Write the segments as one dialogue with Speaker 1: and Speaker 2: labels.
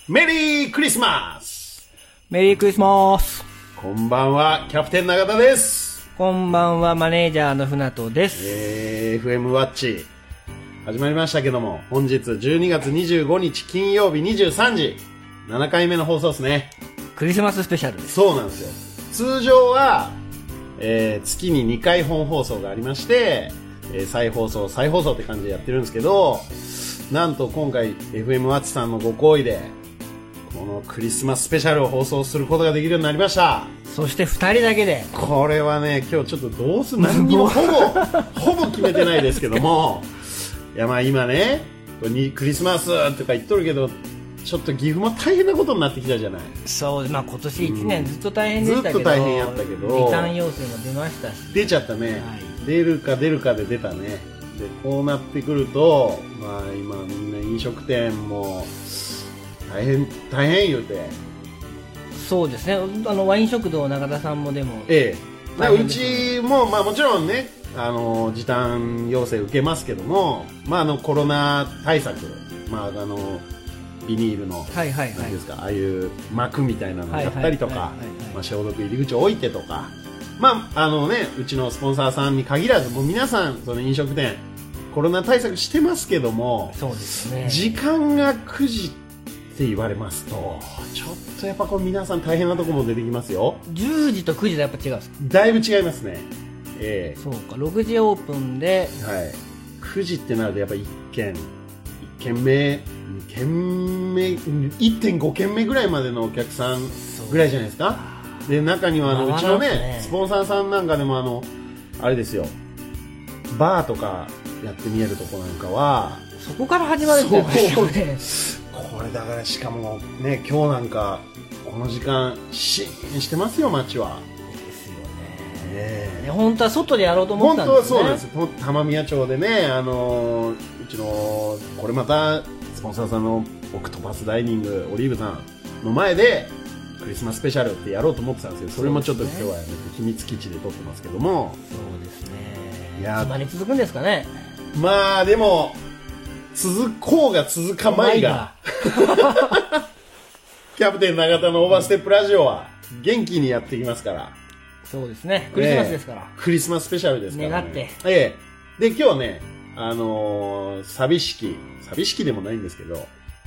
Speaker 1: メリークリスマス。
Speaker 2: メリークリスマス。
Speaker 1: こんばんは、キャプテン永田です。
Speaker 2: こんばんは、マネージャーの船戸です。
Speaker 1: FM ワッチ始まりましたけども、本日12月25日金曜日23時、7回目の放送ですね。
Speaker 2: クリスマススペシャルです。
Speaker 1: そうなんですよ。通常は、月に2回本放送がありまして、再放送って感じでやってるんですけど、なんと今回 FM ワッチさんのご厚意でこのクリスマススペシャルを放送することができるようになりました。
Speaker 2: そして2人だけで、
Speaker 1: これはね、今日ちょっとどうする、何にもほぼ決めてないですけどもいや、まあ今ねクリスマスとか言っとるけど、ちょっと岐阜も大変なことになってきたじゃない。
Speaker 2: そう、まあ今年1年ずっと大変でしたけど、
Speaker 1: ずっと大変やったけど
Speaker 2: 時短要請も出ましたし、
Speaker 1: 出ちゃったね、はい、出るかで出たね。でこうなってくると、まあ今みんな飲食店も大変言うて。
Speaker 2: そうですね、ワイン食堂永田さんもでも、
Speaker 1: うちも、まあ、もちろんね、時短要請受けますけども、まあ、コロナ対策、まあ、ビニールの、
Speaker 2: 何
Speaker 1: ですか、ああいう幕みたいなのをやったりとか、消毒入り口を置いてとか、まあうちのスポンサーさんに限らず、もう皆さんその飲食店コロナ対策してますけども、
Speaker 2: そうですね、
Speaker 1: 時間が9時って言われますと、ちょっとやっぱこう皆さん大変なところも出てきますよ。
Speaker 2: 10時と9時でやっぱ違うんですか？
Speaker 1: だいぶ違いますね。
Speaker 2: そうか、6時オープンで、
Speaker 1: はい、9時ってなるとやっぱ1軒目 1.5 軒目ぐらいまでのお客さんぐらいじゃないですか。で中にはうちのねスポンサーさんなんかでもあれですよ、バーとかやってみえるとこなんかは
Speaker 2: そこから始まるんですよね。
Speaker 1: これだから、しかもね、今日なんかこの時間シーンしてますよ、街は。
Speaker 2: ですよね。本当は外でやろうと思ったんですね。
Speaker 1: 本当はそうです。浜宮町でね、うちのこれまたスポンサーさんのオクトパスダイニングオリーブさんの前でクリスマススペシャルってやろうと思ってたんですけど、それもちょっと今日はやめて秘密基地で撮ってますけども。
Speaker 2: そうですね。
Speaker 1: いや、
Speaker 2: いつまで続くんですかね。
Speaker 1: まあでも続こうが続かまいがキャプテン永田のオーバーステップラジオは元気にやっていきますから。
Speaker 2: そうですね、クリスマスですから、
Speaker 1: クリスマススペシャルですから、ね、
Speaker 2: 願って、
Speaker 1: で今日ね、寂しきでもないんですけど、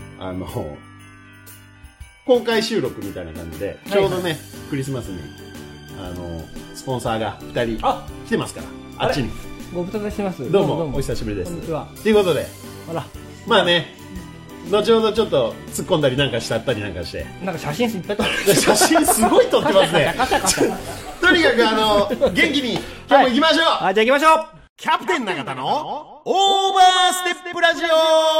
Speaker 1: 公開収録みたいな感じで、ちょうどね、クリスマスにスポンサーが2人来てますから、あっちに
Speaker 2: ご無沙汰してます。
Speaker 1: どうもお久しぶりです。
Speaker 2: こんにちは。
Speaker 1: ということで、
Speaker 2: あら、
Speaker 1: まあね、後ほどちょっと突っ込んだりなんかしたったりなんかして、
Speaker 2: なんか写真いっぱい撮って
Speaker 1: 写真すごい撮ってますね。とにかく元気に今日も行きましょう。
Speaker 2: じゃあ行きましょう。
Speaker 1: キャプテン永田のオーバーステップラジオ。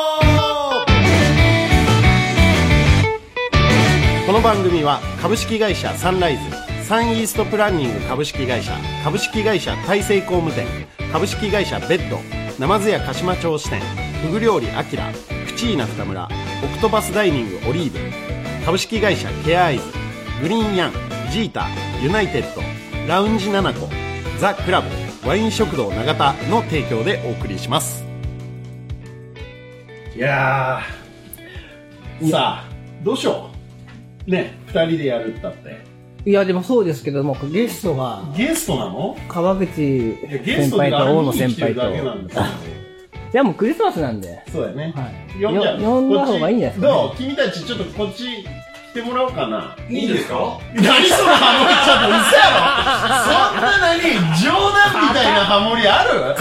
Speaker 1: この番組は株式会社サンライズ、サンイーストプランニング株式会社、株式会社大成工務店、株式会社ベッド、ナマズ屋鹿島町支店、フグ料理アキラ、クチーナ二村、オクトパスダイニングオリーブ、株式会社ケアアイズ、グリーンヤン、ジータ、ユナイテッド、ラウンジナナコ、ザ・クラブ、ワイン食堂永田の提供でお送りします。いやー、さあどうしようね、2人でやるったって。
Speaker 2: いやでもそうですけども、ゲストな
Speaker 1: の
Speaker 2: 川口先輩と大野先輩と、じゃあもうクリスマスなんで、
Speaker 1: そうだよね、
Speaker 2: はい、呼んだ方がいいんじゃないですか、ね、
Speaker 1: どう、君たちちょっとこっち来てもらおうかな。
Speaker 3: いいんですか？
Speaker 1: 何そのハモリ、ちょっと嘘やろ。そんな冗談みたいなハモリある？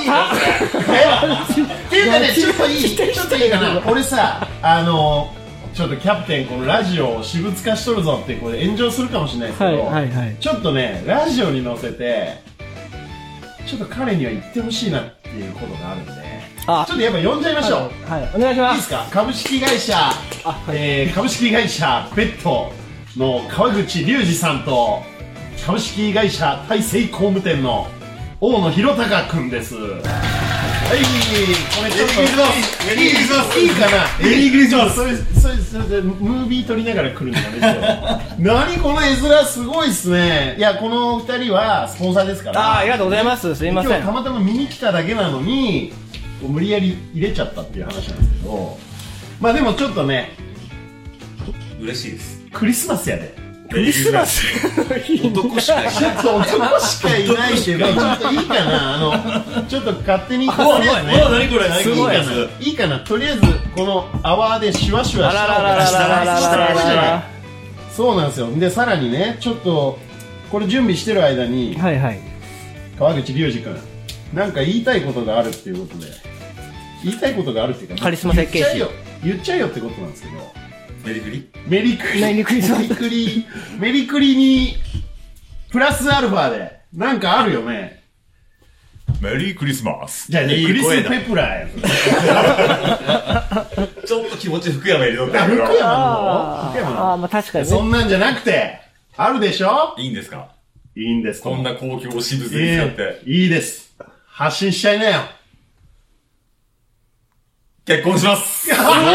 Speaker 1: っていうかね、ちょっといいかな。俺さ、ちょっとキャプテンこのラジオを私物化しとるぞってこれ炎上するかもしれないですけど、ちょっとねラジオに載せてちょっと彼には言ってほしいなっていうことがあるんで、ちょっとやっぱ呼んじゃいましょう。
Speaker 2: はい、お願いします。
Speaker 1: いいですか？株式会社株式会社ペットの川口隆二さんと、株式会社大成工務店の大野弘隆くんです。はい、これちょっといいかな。
Speaker 3: メリークリスマス。
Speaker 1: それでムービー撮りながら来るんだね。何この絵面すごいっすね。いや、この2人はスポンサーですから。
Speaker 2: ありがとうございます。すいません。
Speaker 1: 今日たまたま見に来ただけなのに無理やり入れちゃったっていう話なんですけど、まあでもちょっとね、
Speaker 3: 嬉しいです。
Speaker 1: クリスマスやで。
Speaker 2: クリスマス
Speaker 3: 男しかいない。
Speaker 1: 男しかいないけど、ちょっといいかな、ちょっと勝手に。
Speaker 3: 何これ、
Speaker 1: すごいいいかな、とりあえず、この泡でシュワシュワしたそうなんですよ。で、さらにね、ちょっと、これ準備してる間に、
Speaker 2: はいはい。
Speaker 1: 川口龍二君、なんか言いたいことがあるっていうことで、言いたいことがあるっていうか、
Speaker 2: カリスマ設計士。
Speaker 1: 言っちゃえよってことなんですけど、
Speaker 3: メリクリ
Speaker 1: メリクリにプラスアルファでなんかあるよね。
Speaker 3: メリークリスマス。
Speaker 1: じゃあね、クリスペプラーや。
Speaker 3: ちょっと気持ち福山入れとった
Speaker 1: 福山の
Speaker 2: まあ確かにね。
Speaker 1: そんなんじゃなくてあるでしょ。
Speaker 3: いいんですか。
Speaker 1: いいんです。
Speaker 3: こんな公共私物に使って、
Speaker 1: いいです。発信しちゃいなよ。
Speaker 3: 結婚します。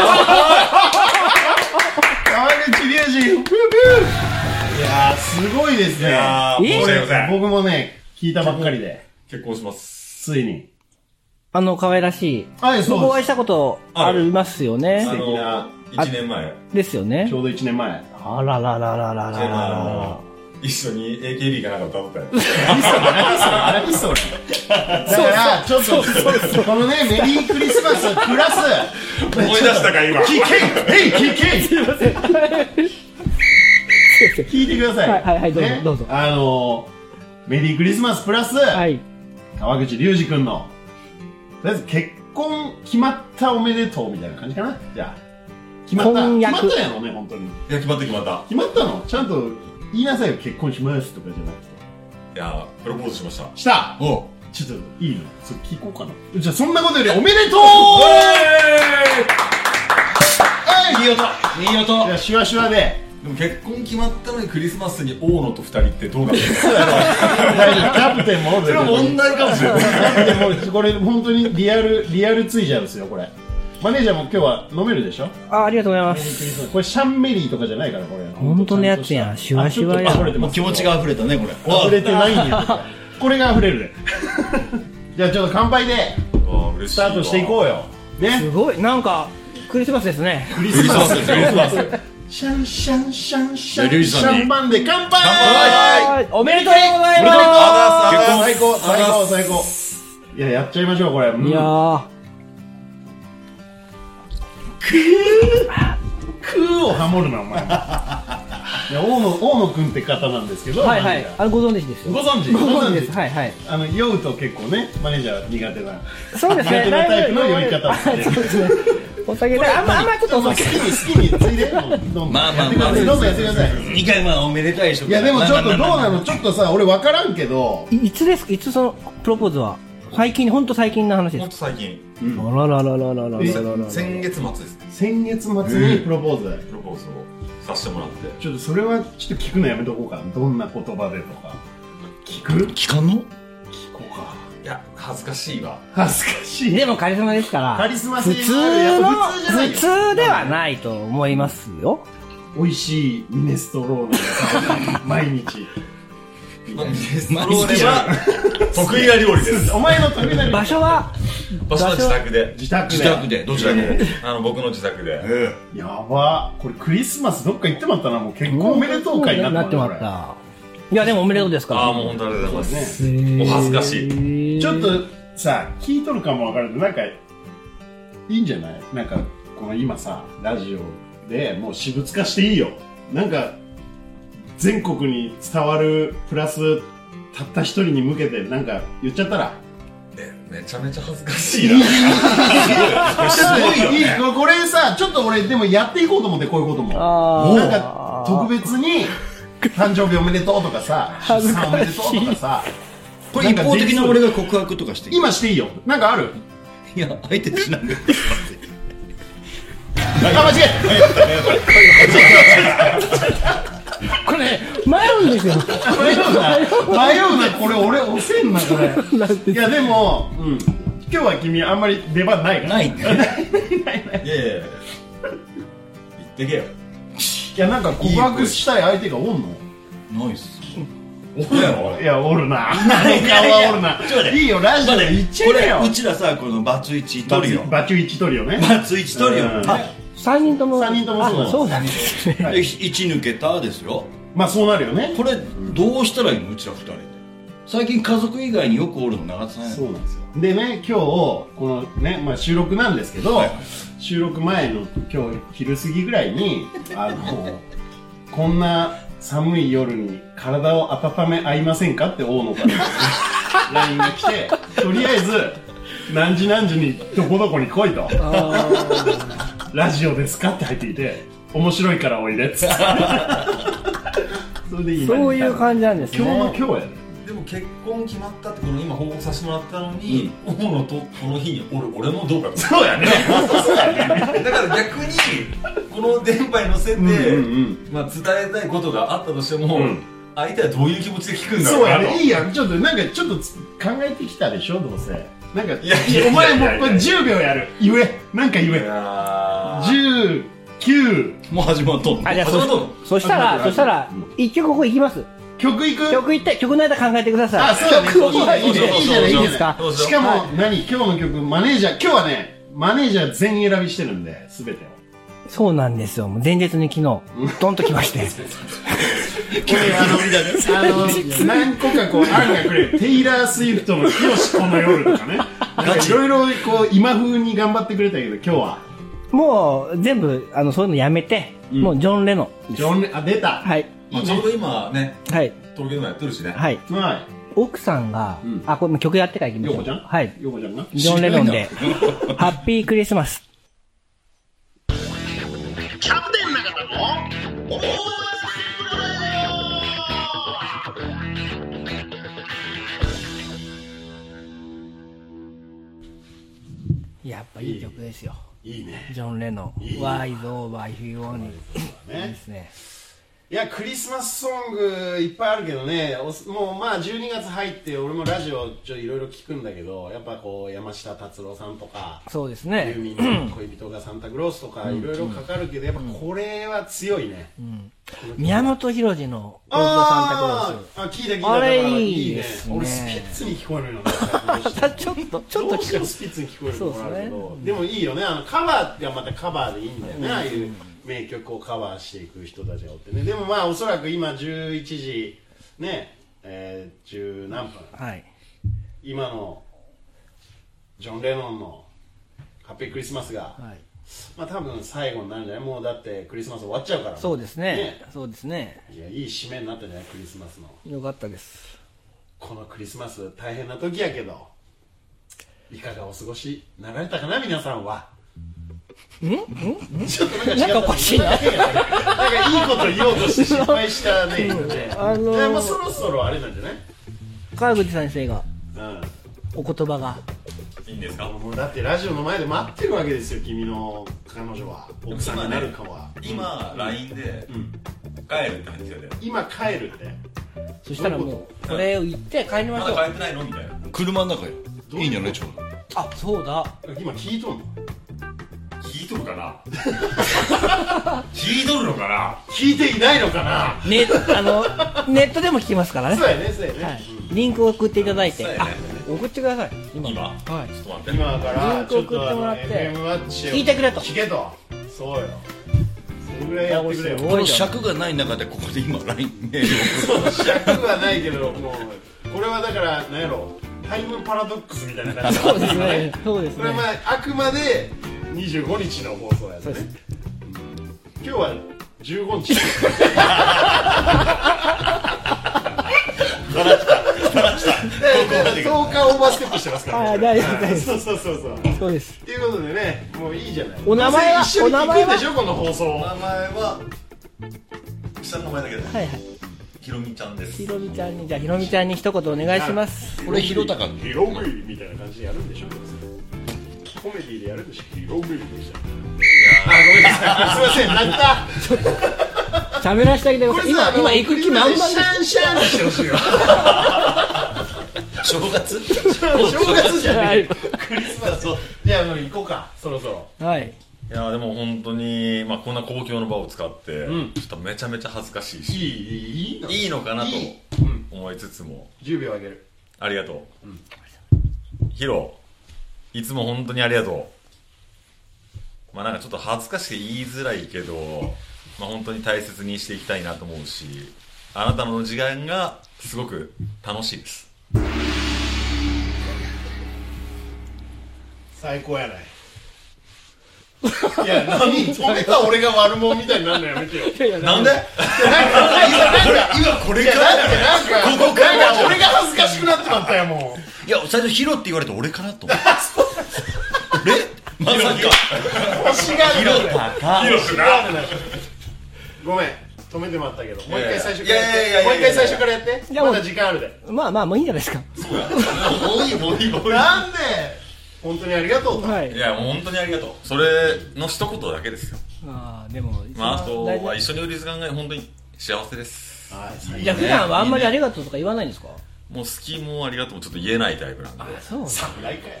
Speaker 1: 川口龍二、いやー、すごいですね。い
Speaker 3: やー、申し訳ございません。
Speaker 1: 僕もね、聞いたばっかりで。
Speaker 3: 結婚します。
Speaker 1: ついに。
Speaker 2: 可愛らしい。
Speaker 1: はい、そうです。
Speaker 2: 僕お会いしたことありますよね。
Speaker 1: 素敵な。
Speaker 3: 1年前。
Speaker 2: ですよね。
Speaker 1: ちょうど1年前。
Speaker 2: あららららららら。
Speaker 3: 一緒に AKB かなんか歌ったよ。
Speaker 1: 何それ。だから、ちょっと、このね、メリークリスマスプラス、
Speaker 3: 思い出したか、今。
Speaker 1: 聞けすいません。聞いてください。
Speaker 2: はい、どうぞ。
Speaker 1: メリークリスマスプラス、川口龍二くんの、とりあえず結婚決まったおめでとうみたいな感じかな。じゃあ。決まったやろね、本当に。
Speaker 3: いや、決まった。
Speaker 1: 決まったのちゃんと言いなさいよ、結婚しますとかじゃなくて。
Speaker 3: いや、プロポーズしました。
Speaker 1: した
Speaker 3: お
Speaker 1: ちょっといいのそれ聞こうかな。じゃあそんなことよりおめでとう
Speaker 3: いい音いい音。
Speaker 1: いや、シュワシュワで。
Speaker 3: でも結婚決まったのにクリスマスに大野と二人ってどうかって。キ
Speaker 1: ャプテンも
Speaker 3: それは問題かもしれない。
Speaker 1: キャプテンもこれ本当にリアルツイジャーですよ、これ。マネージャーも今日は飲めるでしょ。
Speaker 2: ありがとうございます。
Speaker 1: これシャンメリーとかじゃないから、これ。
Speaker 2: 本当のやつやん、シュワシュワやん。
Speaker 3: もう気持ちが溢れたね、これ。
Speaker 1: 溢れてないんよ。これが溢れるで。じゃあちょっと乾杯でスタートしていこうよ。ね。
Speaker 2: すごい、なんかクリスマスですね。
Speaker 1: クリスマスです。シャンシャンシャンシャンシャンパンで乾杯。
Speaker 2: おめでとうございます。
Speaker 1: 最高。いや、やっちゃいましょう、これ。
Speaker 2: いやー。
Speaker 1: クーをハモるな、お前。いや、大野くんって方なんですけど。
Speaker 2: はいはい。ご存知ですよ。
Speaker 1: ご存知
Speaker 2: です。はいはい。
Speaker 1: 酔うと結構ね、マネージャー苦手な。
Speaker 2: そうですね。
Speaker 1: 苦手なタイプの酔い方ですね。そうですね。
Speaker 2: お酒で、あんまちょっと
Speaker 1: 好きについで。
Speaker 3: まあ。
Speaker 1: どうぞやってください。
Speaker 3: 2回おめでたいでしょ。
Speaker 1: いや、でもちょっとどうなのちょっとさ、俺分からんけど。
Speaker 2: いつそのプロポーズは最近、ほんと最近の話です。
Speaker 3: ほんと最近。
Speaker 2: あらららららら。
Speaker 3: 先月末ですね。
Speaker 1: 先月末にプロポーズを
Speaker 3: させてもらって。
Speaker 1: ちょっとそれはちょっと聞くのやめとこうか。どんな言葉でとか。聞
Speaker 3: かんの？聞
Speaker 1: こうか。
Speaker 3: いや、恥ずかしいわ。
Speaker 1: 恥ずかしい。
Speaker 2: でもカリスマですから。
Speaker 1: カリスマ
Speaker 2: 普通ではないと思いますよ。
Speaker 1: 美味しいミネストローネ毎日。
Speaker 3: ミネストローネは得意な料理です。
Speaker 1: お前の得意な料理。
Speaker 2: 場所は
Speaker 3: 自宅で。
Speaker 1: 自宅で。
Speaker 3: どちらも。僕の自宅で。
Speaker 1: やば。これクリスマスどっか行ってまったな。もう結婚おめでとう会になってまった。
Speaker 2: いやでもおめでとうですから。
Speaker 3: ああ、もう本当ありがとうございます。お恥ずかしい。
Speaker 1: ちょっとさ、聞いとるかもわからない。なんかいいんじゃない？なんかこの今さ、ラジオでもう私物化していいよ。なんか全国に伝わるプラスたった一人に向けてなんか言っちゃったら。
Speaker 3: めちゃめちゃ恥ずかしいな。すごいよね。
Speaker 1: これさ、ちょっと俺でもやっていこうと思って、こういうことも。なんか特別に誕生日おめでとうとかさ、出産おめでとうとかさ。
Speaker 4: これ一方的な俺が告白とかしていい？
Speaker 1: 今していいよ。なんかある？
Speaker 4: いや、相手知らんけど。
Speaker 1: 間違えた。
Speaker 2: これ迷うんですよ。
Speaker 1: 迷うな。これ俺押せんなこれ。いやでも、今日は君あんまり出番ないから。
Speaker 4: ないんだよ。
Speaker 3: いや言ってけよ。
Speaker 1: いやなんか告白したい相手がおんの？
Speaker 4: ないっす。
Speaker 1: いやおるな。何かはおるな。いいよラジオで言っちゃえよ。
Speaker 4: これうちらさ、このバツイチトリオ。
Speaker 1: バツイチトリオね。
Speaker 4: バツイチトリオ。
Speaker 2: 3人とも
Speaker 1: 3人とも
Speaker 2: そうなんですね。
Speaker 4: で1抜けたですよ。
Speaker 1: まあそうなるよね。
Speaker 4: これどうしたらいいの、うちら2人で。最近家族以外によくおるの永田さんや。
Speaker 1: そうなんですよ。でね、今日このね、まあ、収録なんですけど、
Speaker 4: はい、
Speaker 1: 収録前の今日昼過ぎぐらいにこんな寒い夜に体を温め合いませんかって大野から LINE が来て、とりあえず何時何時にどこどこに来いとラジオですかって入ってきて、面白いからおいでっつってそれで今
Speaker 2: そういう感じなんですね。
Speaker 1: 今日の今日やね。
Speaker 3: でも結婚決まったってこの今報告させてもらったのに、大野とこの日に俺もどうかと。
Speaker 1: そうやね。そうやね。
Speaker 3: だから逆にこの電波に乗せて、まあ、伝えたいことがあったとしても、相手はどういう気持ちで聞くんだろうなと。
Speaker 1: そうやね。いいやん。ちょっとなんかちょっと考えてきたでしょ、どうせ。なんかお前もうこれ10秒やる。言え。なんか言え。10、9。
Speaker 4: もう始まっとんの。
Speaker 2: じゃあそしたら1曲ここ行きます。
Speaker 1: 曲行く？
Speaker 2: 曲行って、曲の間考えてください。
Speaker 1: あ、そうだね。
Speaker 2: 曲をいい
Speaker 1: いいじゃない、いい
Speaker 2: ですか。
Speaker 1: しかも、今日の曲、マネージャー、今日はね、マネージャー全選びしてるんで、すべてを。
Speaker 2: そうなんですよ。もう前日に昨日、ドンと来まして。
Speaker 1: 何個かこう、案がくれる。テイラー・スウィフトの日よしこの夜とかね。いろいろこう、今風に頑張ってくれたけど、今日は。
Speaker 2: もう、全部、そういうのやめて、もうジョン・レノン。
Speaker 1: 出た。
Speaker 2: はい。
Speaker 3: ちょうど今ね、
Speaker 2: はい。
Speaker 3: 東京でもやってるしね。
Speaker 2: はい。
Speaker 1: はい。
Speaker 2: 奥さんが、これ曲やってからいきましょう。
Speaker 1: ヨコちゃん？
Speaker 2: はい。
Speaker 1: ヨコちゃんが
Speaker 2: ジョン・レノンで、ハッピークリスマス。
Speaker 1: キャプテン中田の
Speaker 2: やっぱいい曲ですよ。
Speaker 1: いいね。
Speaker 2: ジョン・レノン。Why is over if you want it。いいですね。
Speaker 1: いや、クリスマスソングいっぱいあるけどね、もうまあ12月入って俺もラジオいろいろ聞くんだけど、やっぱこう山下達郎さんとか、
Speaker 2: そうですね、
Speaker 1: ユーミンの恋人がサンタクロースとかいろいろかかるけど、やっぱこれは強いね。
Speaker 2: 宮本浩次の恋人サンタクロース。
Speaker 1: 聞いた。
Speaker 2: あれいいですね。
Speaker 1: 俺スピッツに聞こえるのよね。
Speaker 2: ちょっと
Speaker 1: どうしてもスピッツに聞こえるのもあるけど、でもいいよね。カバーってまたカバーでいいんだよね。ああいう名曲をカバーしていく人たちがおってね。でもまあおそらく今11時ね、10何分、
Speaker 2: はい、
Speaker 1: 今のジョン・レノンのハッピークリスマスが、はい、まあ多分最後になるんじゃない。もうだってクリスマス終わっちゃうから。
Speaker 2: そうですね。そうですね。
Speaker 1: いや、いい締めになったじゃない、クリスマスの。
Speaker 2: よかったです。
Speaker 1: このクリスマス大変な時やけど、いかがお過ごしなられたかな、皆さんは。ちょっとなんか
Speaker 2: おかしいな。
Speaker 1: なんかいいこと言おうとして失敗したね。もうそろそろあれなんじゃない？
Speaker 2: 川口先生が、お言葉が
Speaker 3: いいんですか？
Speaker 1: もうだってラジオの前で待ってるわけですよ、君の彼女は。奥さんになるかは。
Speaker 3: 今 LINE で帰るって感じだよ。
Speaker 1: 今帰るって。
Speaker 2: そしたらもうこれを言って帰りましょう。
Speaker 3: まだ帰ってないのみたいな。
Speaker 4: 車の中よ。いいんじゃないちょうど。
Speaker 2: あ、そうだ。
Speaker 1: 今聞いとんの？
Speaker 3: 聞いとるかな聞いとるのかな。
Speaker 1: 聞いていないのかな。
Speaker 2: ネットでも聞きますからね。
Speaker 1: そうやね、そうやね。
Speaker 2: リンクを送っていただいて、送ってください。
Speaker 3: 今はい、ちょっと待って。
Speaker 1: 今から
Speaker 2: リンク送ってもらって
Speaker 1: FM ワッチを
Speaker 2: 聞いてくれと。
Speaker 1: 聞けと。そうよ。それぐらいやってくれよ。
Speaker 4: この尺がない中でここで今 LINE メールを。
Speaker 1: 尺はないけど、もうこれはだから何やろ、タイムパラドックスみたいな感じ。
Speaker 2: そうですね。そうですね。
Speaker 1: これはあくまで25日の放送やね。今日は15日。10日オーバーステップしてますから。
Speaker 2: 大丈夫です。
Speaker 1: そう。
Speaker 2: そうです。
Speaker 1: ということでね、もういいじゃない。
Speaker 2: お名前は
Speaker 1: 一緒に聞くんでしょ、この放送。
Speaker 3: お名前は下の名前だけで。
Speaker 2: はいはい。
Speaker 3: ひろみちゃんです。
Speaker 2: ひろみちゃんに、じゃあひろみちゃんに一言お願いします。
Speaker 4: これひろたか
Speaker 1: ひろみみたいな感じでやるんでしょ。コメディでやるんでしょ。ひろみでした。あ、ごめんなさい。すいません、なった。
Speaker 2: 喋らせてあげてください。今行く気満々です。
Speaker 1: シャンシャンしてほしいよ。
Speaker 4: 正月
Speaker 1: 正月じゃない。クリスマス。じゃあもう行こうか、そろそろ。
Speaker 2: はい。
Speaker 3: いやでも本当に、まあ、こんな公共の場を使って、ちょっとめちゃめちゃ恥ずかしいし、いいのかなと思いつつも、
Speaker 1: 10秒あげる。
Speaker 3: ありがとう。ヒロ、いつも本当にありがとう。 まあなんかちょっと恥ずかしくて言いづらいけど、まあ本当に大切にしていきたいなと思うし、あなたの時間がすごく楽しいです。
Speaker 1: 最高やない。いや、止めた俺が悪者みたいになるのやめてよ。
Speaker 3: なんで？今これから
Speaker 1: ここから俺が恥ずかしくなってまったよ、もう。
Speaker 4: いや、最初ヒロって言われて俺かなと思って。まさか
Speaker 1: 欲しがる
Speaker 4: ヒロタか。
Speaker 1: ごめん、止めてもらったけど、もう一回最初からやって。もう一回最初からやって。まだ時間あるで。
Speaker 2: まあまあ、もういいんじゃないですか。
Speaker 3: もういい。
Speaker 1: なんで本当にありがとうと。
Speaker 3: いや、もう本当にありがとう。それの一言だけですよ。
Speaker 2: でも、
Speaker 3: まあ、あとは一緒にいる時間が本当に幸せです。
Speaker 2: じゃあ普段はあんまりありがとうとか言わないんですか？
Speaker 3: もう好きもありがとうもちょっと言えないタイプなんで。
Speaker 2: そう
Speaker 1: 侍かよ。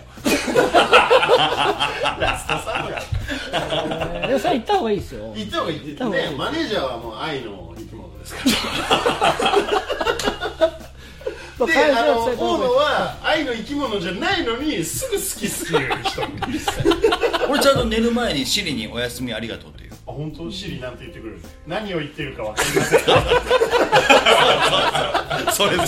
Speaker 1: ラスト侍。
Speaker 2: でもそれ言った方がいいですよ。
Speaker 1: 言った方がいいってね。マネージャーはもう愛の生き物ですから。で、大野は愛の生き物じゃないのにすぐ好きっていう人。
Speaker 4: 俺ちゃんと寝る前にシリにおやすみありがとうっていう。
Speaker 1: あ、本当？シリなんて言ってくる。何を言ってるかわかりません。
Speaker 3: それ。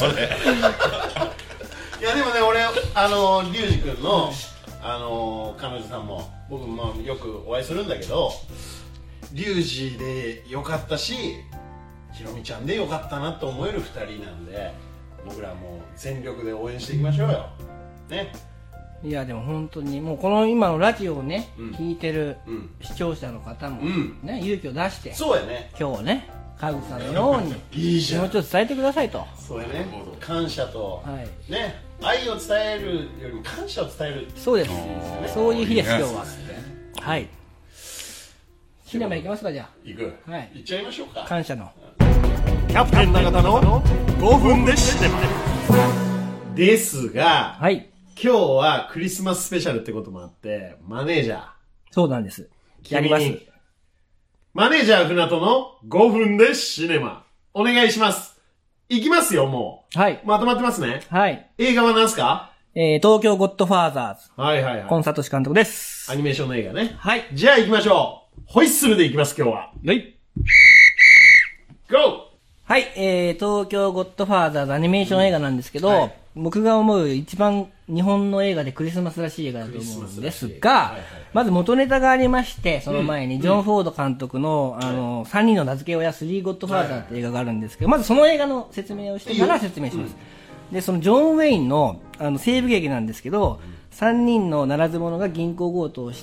Speaker 1: いやでもね、俺リュウジ君の彼女さんも僕もよくお会いするんだけど、リュウジでよかったし、ひろみちゃんでよかったなと思える2人なんで、僕らもう全力で応援していきましょうよ。ね。
Speaker 2: いやでも本当にもうこの今のラジオをね、聞いてる視聴者の方もね、勇気を出して、
Speaker 1: そうやね。
Speaker 2: 今日はね、川口さんのように気持ちを伝えてくださいと。
Speaker 1: そうやね。感謝とね、愛を伝えるよりも感謝を伝える。
Speaker 2: そうです。そういう日です今日は。はい。シネマ行きますかじゃあ。
Speaker 1: 行く。はい。行っちゃいましょうか。
Speaker 2: 感謝の。
Speaker 1: キャプテン永田の5分でシネマですが、
Speaker 2: はい。
Speaker 1: 今日はクリスマススペシャルってこともあって、マネージャー。
Speaker 2: そうなんです。やります。
Speaker 1: マネージャー船戸の5分でシネマ。お願いします。いきますよ、もう。
Speaker 2: はい。
Speaker 1: まとまってますね。
Speaker 2: はい。
Speaker 1: 映画は何すか？
Speaker 2: 東京ゴッドファーザーズ。
Speaker 1: はいはいはい。
Speaker 2: コンサート師監督です。
Speaker 1: アニメーションの映画ね。
Speaker 2: はい。
Speaker 1: じゃあ行きましょう。ホイッスルで行きます、今日は。
Speaker 2: はい。
Speaker 1: GO！
Speaker 2: はい、東京ゴッドファーザーズアニメーション映画なんですけど、僕が思う一番日本の映画でクリスマスらしい映画だと思うんですが、まず元ネタがありまして、その前にジョン・フォード監督の、3人の名付け親3ゴッドファーザーって映画があるんですけど、まずその映画の説明をしてから説明します。で、そのジョン・ウェインの、西部劇なんですけど、3人のならず者が銀行強盗をして、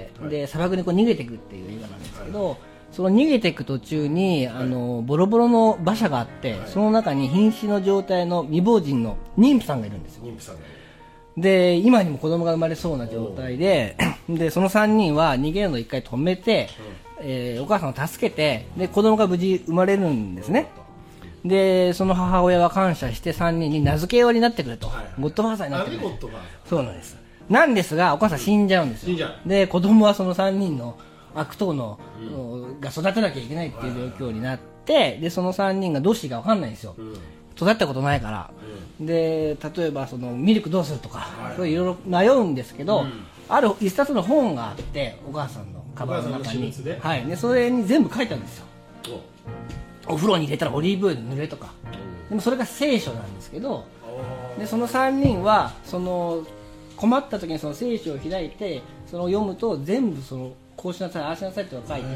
Speaker 2: で、砂漠にこう逃げていくっていう映画なんですけど、その逃げていく途中に、ボロボロの馬車があって、その中に瀕死の状態の未亡人の妊婦さんがいるんですよ。妊婦さんがいる。で、今にも子供が生まれそうな状態で、で、その3人は逃げるのを一回止めて、お母さんを助けて、で、子供が無事生まれるんですね。で、その母親は感謝して3人に名付け親になってくれと。ゴッドファーザーになってくれ。そうなんです。なんですが、お母さん死んじゃうんですよ。で、子供はその3人の悪党の、が育てなきゃいけないっていう状況になって、でその3人がどうしていいか分かんないんですよ、育ったことないから、で例えばそのミルクどうするとか、そういろいろ迷うんですけど、ある一冊の本があって、お母さんのカバンの中に、はい、でそれに全部書いてあるんですよ。お風呂に入れたらオリーブオイル塗れとか、でもそれが聖書なんですけど、でその3人はその困った時にその聖書を開いて、その読むと全部そのこうしなさい、ああしなさいって書いてあって、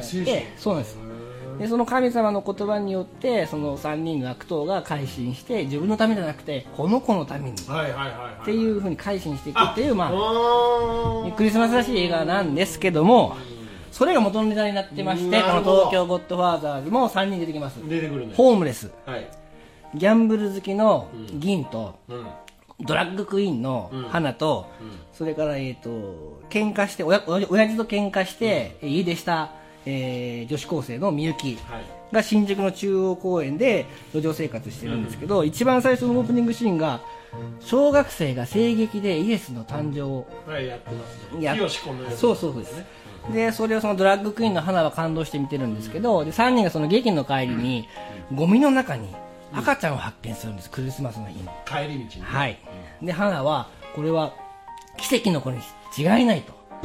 Speaker 2: そうなんです。でその神様の言葉によってその3人の悪党が改心して、自分のためじゃなくてこの子のためにっていう風に改心していくっていう、まあクリスマスらしい映画なんですけども、それが元のネタになってまして、この東京ゴッドファーザーズも3人出てきます。
Speaker 1: 出てくるね。
Speaker 2: ホームレス、ギャンブル好きの銀と、ドラッグクイーンの花と、それから喧嘩して親父と喧嘩して家出した、女子高生のみゆきが新宿の中央公園で路上生活してるんですけど、一番最初のオープニングシーンが小学生が声劇でイエスの誕生を
Speaker 1: やってますね。
Speaker 2: そうですね。でそれをそのドラッグクイーンの花は感動して見てるんですけど、で3人がその劇の帰りにゴミの中に赤ちゃんを発見するんです、クリスマスの日に
Speaker 1: 帰り道に、
Speaker 2: はい。で花はこれは奇跡の子に違いないと、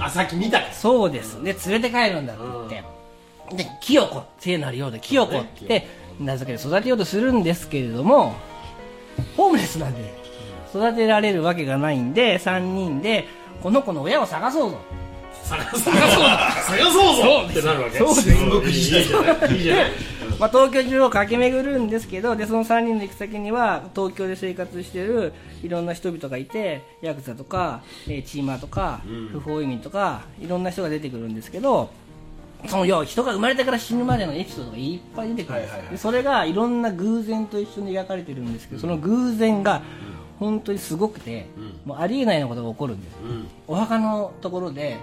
Speaker 1: さっき見たから。
Speaker 2: そうです。で連れて帰るんだって言って、で清子聖なるようで清子って名付けて育てようとするんですけれども、ホームレスなんで育てられるわけがないんで、3人でこの子の親を探そうぞ
Speaker 1: 探そうぞってなるわけ。
Speaker 2: そうです。
Speaker 1: 戦国時代じゃない。いいじゃない。
Speaker 2: まあ、東京中を駆け巡るんですけど、でその3人の行く先には東京で生活しているいろんな人々がいて、ヤクザとか、チーマーとか、不法移民とかいろんな人が出てくるんですけど、その人が生まれてから死ぬまでのエピソードがいっぱい出てくるんです、でそれがいろんな偶然と一緒に描かれてるんですけど、その偶然が本当にすごくて、もうありえないようなことが起こるんです、お墓のところで、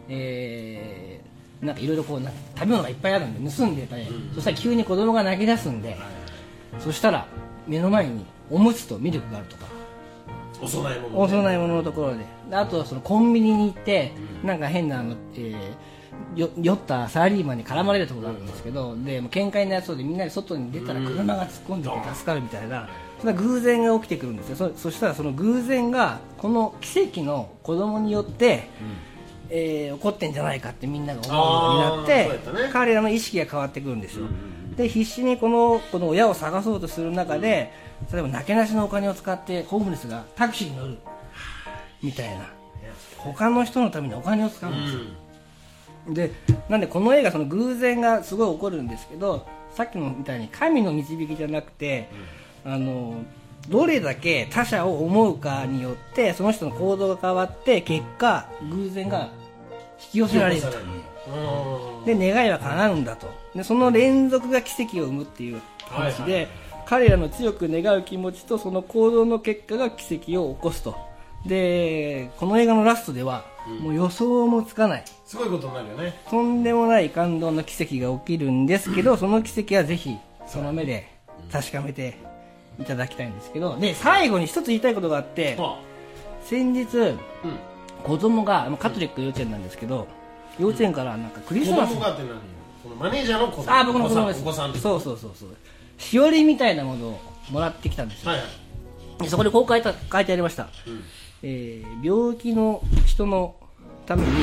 Speaker 2: なんかいろいろこう食べ物がいっぱいあるんで盗んでたり、そしたら急に子供が泣き出すんで、そしたら目の前におむつとミルクがあるとか、
Speaker 1: お供え
Speaker 2: 物のところで、あとはそのコンビニに行って、なんか変な酔ったサラリーマンに絡まれるところがあるんですけど、でもう喧嘩になりそうでみんなで外に出たら車が突っ込んでて助かるみたいな、そんな偶然が起きてくるんですよ。そしたらその偶然がこの奇跡の子供によって、起こってんじゃないかってみんなが思うようになって、彼らの意識が変わってくるんですよ。で必死にこの親を探そうとする中で、例えばなけなしのお金を使ってホームレスがタクシーに乗るみたいな、他の人のためにお金を使うんですよ。でなんでこの映画、その偶然がすごい起こるんですけど、さっきのみたいに神の導きじゃなくて、どれだけ他者を思うかによってその人の行動が変わって、結果偶然が引き寄せられると、で願いは叶うんだと。でその連続が奇跡を生むっていう話で、彼らの強く願う気持ちとその行動の結果が奇跡を起こすと。でこの映画のラストでは、もう予想もつかない
Speaker 1: すごいことになるよね。
Speaker 2: とんでもない感動の奇跡が起きるんですけど、その奇跡はぜひその目で確かめていただきたいんですけど、で最後に一つ言いたいことがあって、先日、子供がカトリック幼稚園なんですけど、幼稚園からなんかクリスマス、
Speaker 1: 子供がって何？このマネージャーの子供。
Speaker 2: あ、僕の子供です。
Speaker 1: お子さんです。
Speaker 2: そうしおりみたいなものをもらってきたんですよ、でそこでこう書いてありました、病気の人のために、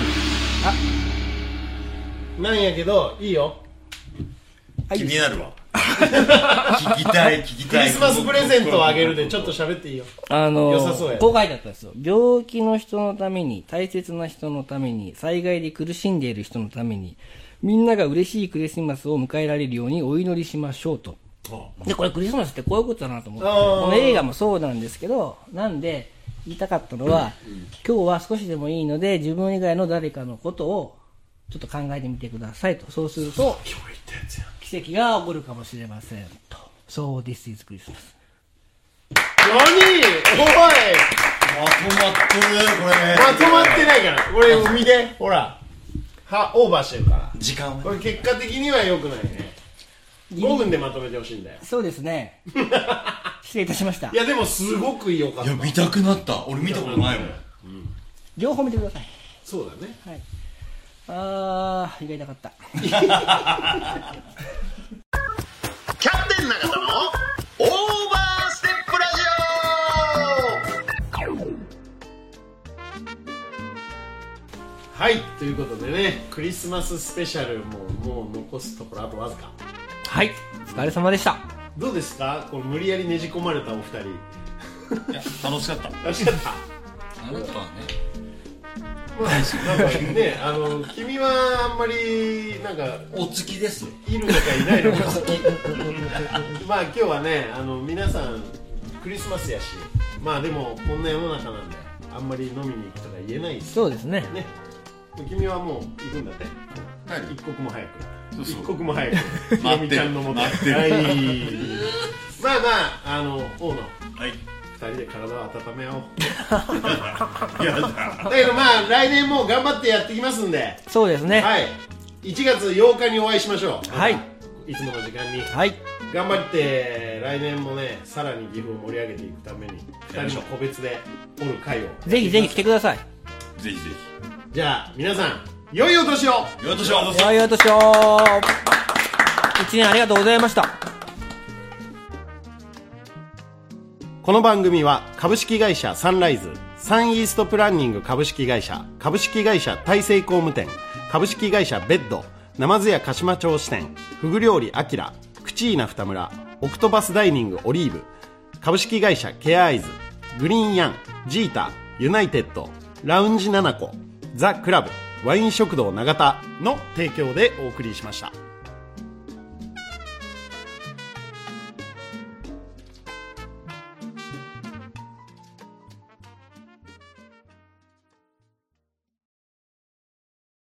Speaker 1: なんやけどいいよ、
Speaker 3: 気になるわ聞きたい
Speaker 1: クリスマスプレゼントをあげるでちょっと喋っていいよ。良さそうや。
Speaker 2: こう書いてあったんですよ。病気の人のために、大切な人のために、災害で苦しんでいる人のために、みんなが嬉しいクリスマスを迎えられるようにお祈りしましょうと。でこれクリスマスってこういうことだなと思って、この映画もそうなんですけど、なんで言いたかったのは、今日は少しでもいいので自分以外の誰かのことをちょっと考えてみてくださいと。そうすると奇跡が起こるかもしれませんと。So this is Christmas。
Speaker 1: 何？おい、
Speaker 3: まとまってるこれ。
Speaker 1: まとまってないからこれ見て、ほらオーバーしてるから
Speaker 3: 時間は
Speaker 1: これ結果的には良くないね。5分でまとめてほしいんだよ。
Speaker 2: そうですね失礼いたしました。
Speaker 1: いやでもすごく良かった。
Speaker 3: いや見たくなった。俺見たことないもん、
Speaker 2: 両方見てください。
Speaker 1: そうだね。
Speaker 2: はい。胃が痛かった
Speaker 5: キャプテン永田のオーバーステップラジオ。
Speaker 1: はい、ということでね、クリスマススペシャルもう残すところあとわずか。
Speaker 2: はい、お疲れ様でした。
Speaker 1: どうですか、この無理やりねじ込まれたお二人。
Speaker 3: いや楽しかった。
Speaker 1: 楽しかった。
Speaker 3: あなたはね、
Speaker 1: なんかね、君はあんまりなんか
Speaker 3: お付きです
Speaker 1: いるのかいないのかまあ今日はね、皆さんクリスマスやし、まあでもこんな世の中なんであんまり飲みに行くとか言えないです。
Speaker 2: そうですね。
Speaker 1: 君はもう行くんだって。
Speaker 3: はい、
Speaker 1: 一刻も早く。
Speaker 3: そう
Speaker 1: 一刻も早く。ひろ
Speaker 3: 待ってる
Speaker 1: みちゃんのもと。
Speaker 3: 待ってる。
Speaker 1: はい。まあ大野。
Speaker 3: はい。
Speaker 1: 二人で体を温め合おう。
Speaker 3: やだ。
Speaker 1: だけどまあ来年も頑張ってやってきますんで。
Speaker 2: そうですね。
Speaker 1: はい。1月8日にお会いしましょう。
Speaker 2: はい。
Speaker 1: いつもの時間に。
Speaker 2: はい。
Speaker 1: 頑張って来年もね、さらに岐阜を盛り上げていくために2人の個別でおる会を
Speaker 2: ぜひぜひ来てください。
Speaker 3: ぜひぜ
Speaker 1: じゃあ皆さん良いお年を。
Speaker 3: ひ。よいしょ。
Speaker 2: 良いお年を。1年ありがとうございました。
Speaker 1: この番組は株式会社サンライズサンイーストプランニング株式会社、株式会社大成工務店、株式会社ベッド、ナ津屋鹿島町支店、フグ料理アキラ、クチーナ二村、オクトパスダイニングオリーブ、株式会社ケアアイズ、グリーンヤン、ジータ、ユナイテッド、ラウンジナナコ、ザ・クラブ、ワイン食堂永田の提供でお送りしました。